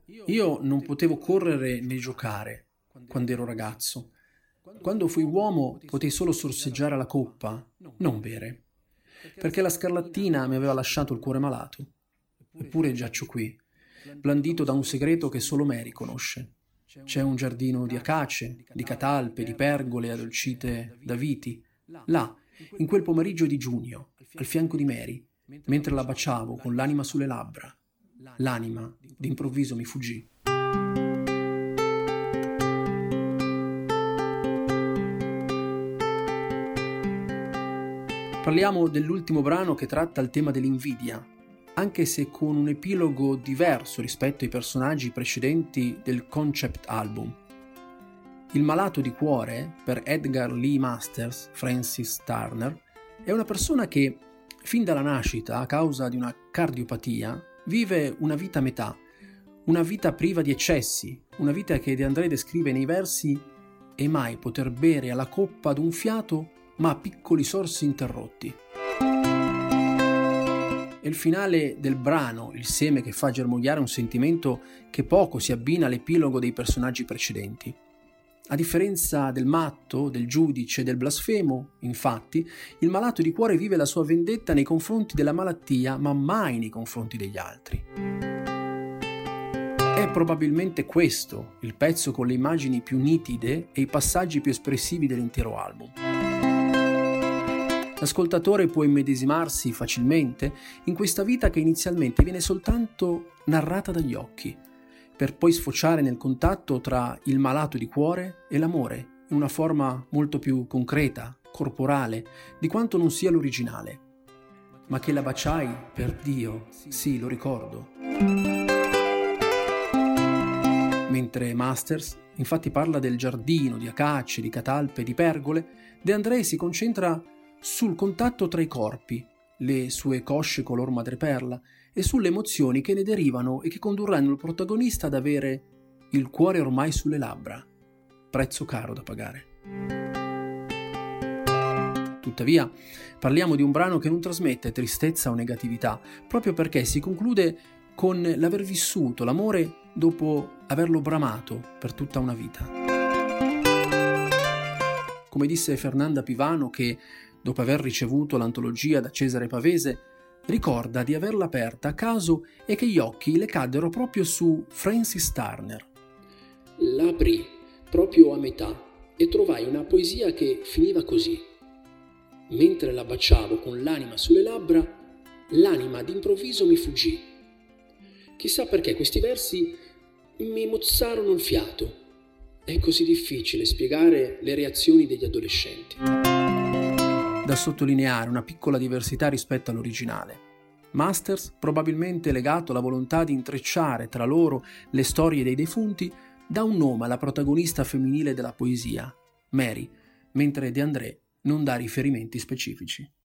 Io non potevo correre né giocare quando ero ragazzo. Quando fui uomo potei solo sorseggiare la coppa, non bere, perché la scarlattina mi aveva lasciato il cuore malato. Eppure giaccio qui, blandito da un segreto che solo Mary conosce. C'è un giardino di acace, di catalpe, di pergole addolcite da viti. Là, in quel pomeriggio di giugno, al fianco di Mary, mentre la baciavo con l'anima sulle labbra, l'anima d'improvviso mi fuggì. Parliamo dell'ultimo brano che tratta il tema dell'invidia, anche se con un epilogo diverso rispetto ai personaggi precedenti del concept album. Il malato di cuore, per Edgar Lee Masters, Francis Turner, è una persona che, fin dalla nascita, a causa di una cardiopatia, vive una vita a metà, una vita priva di eccessi, una vita che De André descrive nei versi «E mai poter bere alla coppa d'un fiato, ma a piccoli sorsi interrotti». È il finale del brano, il seme che fa germogliare un sentimento che poco si abbina all'epilogo dei personaggi precedenti. A differenza del matto, del giudice e del blasfemo, infatti, il malato di cuore vive la sua vendetta nei confronti della malattia, ma mai nei confronti degli altri. È probabilmente questo il pezzo con le immagini più nitide e i passaggi più espressivi dell'intero album. L'ascoltatore può immedesimarsi facilmente in questa vita che inizialmente viene soltanto narrata dagli occhi, per poi sfociare nel contatto tra il malato di cuore e l'amore, in una forma molto più concreta, corporale, di quanto non sia l'originale. Ma che la baciai, per Dio, sì, lo ricordo. Mentre Masters infatti parla del giardino, di acace, di catalpe, di pergole, De André si concentra sul contatto tra i corpi, le sue cosce color madreperla, e sulle emozioni che ne derivano e che condurranno il protagonista ad avere il cuore ormai sulle labbra, prezzo caro da pagare. Tuttavia, parliamo di un brano che non trasmette tristezza o negatività, proprio perché si conclude con l'aver vissuto l'amore dopo averlo bramato per tutta una vita. Come disse Fernanda Pivano, che dopo aver ricevuto l'antologia da Cesare Pavese, ricorda di averla aperta a caso e che gli occhi le caddero proprio su Francis Turner. L'aprii proprio a metà e trovai una poesia che finiva così. Mentre la baciavo con l'anima sulle labbra, l'anima d'improvviso mi fuggì. Chissà perché questi versi mi mozzarono il fiato. È così difficile spiegare le reazioni degli adolescenti. Da sottolineare una piccola diversità rispetto all'originale. Masters, probabilmente legato alla volontà di intrecciare tra loro le storie dei defunti, dà un nome alla protagonista femminile della poesia, Mary, mentre De André non dà riferimenti specifici.